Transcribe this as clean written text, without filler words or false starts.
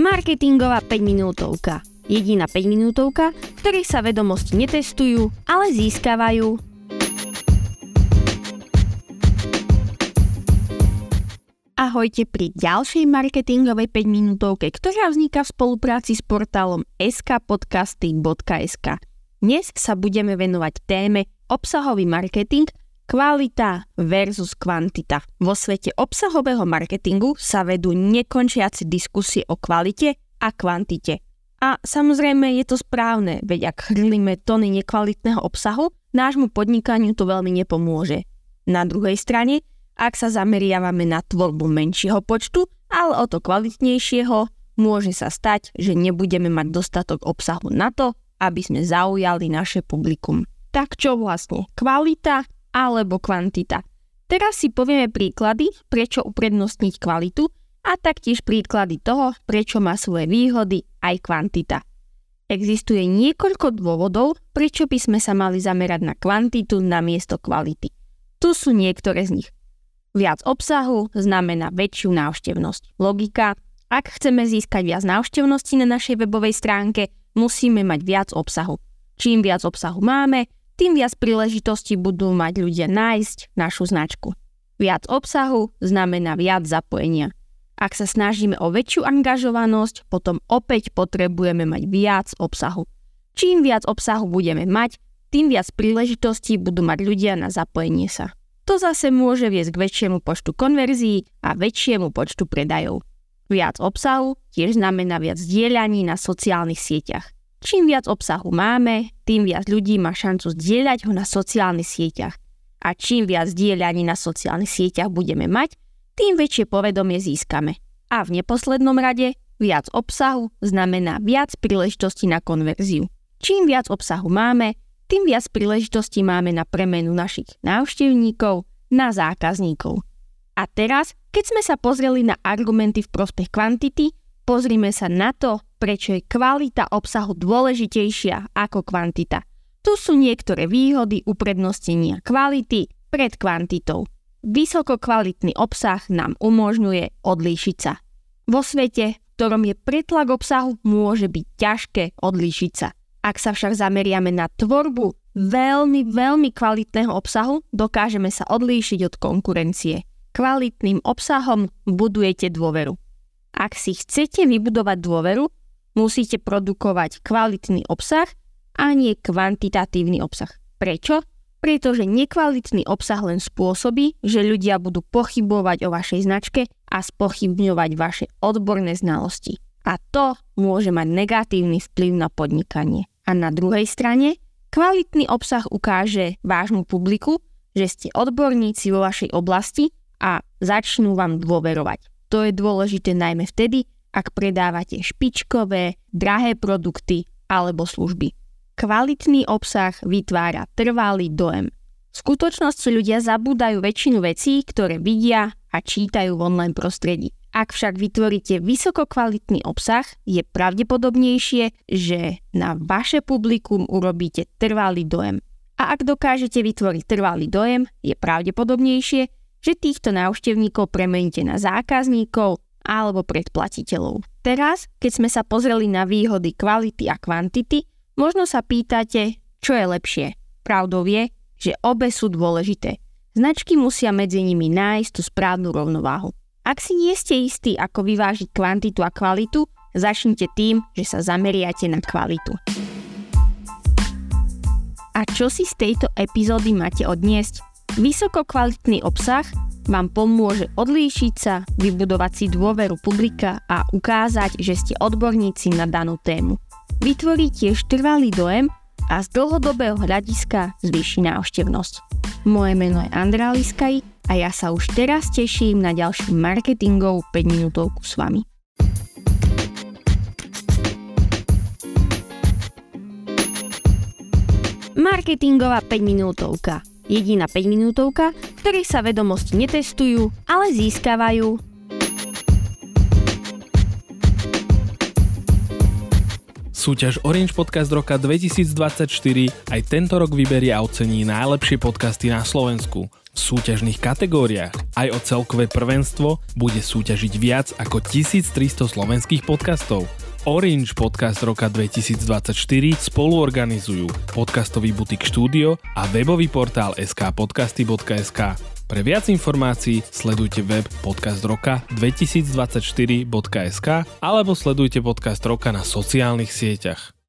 Marketingová 5-minútovka. Jediná 5-minútovka, v ktorej sa vedomosti netestujú, ale získavajú. Ahojte pri ďalšej marketingovej 5-minútovke, ktorá vzniká v spolupráci s portálom skpodcasty.sk. Dnes sa budeme venovať téme obsahový marketing, kvalita versus kvantita. Vo svete obsahového marketingu sa vedú nekončiace diskusie o kvalite a kvantite. A samozrejme je to správne, veď ak chrlíme tony nekvalitného obsahu, nášmu podnikaniu to veľmi nepomôže. Na druhej strane, ak sa zameriavame na tvorbu menšieho počtu, ale o to kvalitnejšieho, môže sa stať, že nebudeme mať dostatok obsahu na to, aby sme zaujali naše publikum. Tak čo vlastne? Kvalita alebo kvantita? Teraz si povieme príklady, prečo uprednostniť kvalitu a taktiež príklady toho, prečo má svoje výhody aj kvantita. Existuje niekoľko dôvodov, prečo by sme sa mali zamerať na kvantitu namiesto kvality. Tu sú niektoré z nich. Viac obsahu znamená väčšiu návštevnosť. Logika: ak chceme získať viac návštevnosti na našej webovej stránke, musíme mať viac obsahu. Čím viac obsahu máme, tým viac príležitostí budú mať ľudia nájsť našu značku. Viac obsahu znamená viac zapojenia. Ak sa snažíme o väčšiu angažovanosť, potom opäť potrebujeme mať viac obsahu. Čím viac obsahu budeme mať, tým viac príležitostí budú mať ľudia na zapojenie sa. To zase môže viesť k väčšiemu počtu konverzií a väčšiemu počtu predajov. Viac obsahu tiež znamená viac zdieľaní na sociálnych sieťach. Čím viac obsahu máme, tým viac ľudí má šancu zdieľať ho na sociálnych sieťach. A čím viac zdieľaní na sociálnych sieťach budeme mať, tým väčšie povedomie získame. A v neposlednom rade, viac obsahu znamená viac príležitostí na konverziu. Čím viac obsahu máme, tým viac príležitostí máme na premenu našich návštevníkov na zákazníkov. A teraz, keď sme sa pozreli na argumenty v prospech kvantity, pozrime sa na to, prečo je kvalita obsahu dôležitejšia ako kvantita. Tu sú niektoré výhody uprednostnenia kvality pred kvantitou. Vysokokvalitný obsah nám umožňuje odlíšiť sa. Vo svete, v ktorom je pretlak obsahu, môže byť ťažké odlíšiť sa. Ak sa však zameriame na tvorbu veľmi kvalitného obsahu, dokážeme sa odlíšiť od konkurencie. Kvalitným obsahom budujete dôveru. Ak si chcete vybudovať dôveru, musíte produkovať kvalitný obsah a nie kvantitatívny obsah. Prečo? Pretože nekvalitný obsah len spôsobí, že ľudia budú pochybovať o vašej značke a spochybňovať vaše odborné znalosti. A to môže mať negatívny vplyv na podnikanie. A na druhej strane, kvalitný obsah ukáže vášmu publiku, že ste odborníci vo vašej oblasti a začnú vám dôverovať. To je dôležité najmä vtedy, ak predávate špičkové, drahé produkty alebo služby. Kvalitný obsah vytvára trvalý dojem. V skutočnosti ľudia zabúdajú väčšinu vecí, ktoré vidia a čítajú v online prostredí. Ak však vytvoríte vysokokvalitný obsah, je pravdepodobnejšie, že na vaše publikum urobíte trvalý dojem. A ak dokážete vytvoriť trvalý dojem, je pravdepodobnejšie, že týchto návštevníkov premeníte na zákazníkov alebo predplatiteľov. Teraz, keď sme sa pozreli na výhody kvality a kvantity, možno sa pýtate, čo je lepšie. Pravdou je, že obe sú dôležité. Značky musia medzi nimi nájsť tú správnu rovnováhu. Ak si nie ste istí, ako vyvážiť kvantitu a kvalitu, začnite tým, že sa zameriate na kvalitu. A čo si z tejto epizódy máte odniesť? Vysokokvalitný obsah vám pomôže odlíšiť sa, vybudovať si dôveru publika a ukázať, že ste odborníci na danú tému. Vytvorí tiež trvalý dojem a z dlhodobého hľadiska zvýši návštevnosť. Moje meno je Andrea Liskaj a ja sa už teraz teším na ďalšiu marketingovú 5-minútovku s vami. Marketingová 5-minútovka. Jediná 5-minútovka, v ktorej sa vedomosti netestujú, ale získavajú. Súťaž Orange Podcast roka 2024 aj tento rok vyberie a ocení najlepšie podcasty na Slovensku. V súťažných kategóriách aj o celkové prvenstvo bude súťažiť viac ako 1300 slovenských podcastov. Orange Podcast roka 2024 spoluorganizujú podcastový butik Štúdio a webový portál skpodcasty.sk. Pre viac informácií sledujte web podcastroka2024.sk alebo sledujte Podcast roka na sociálnych sieťach.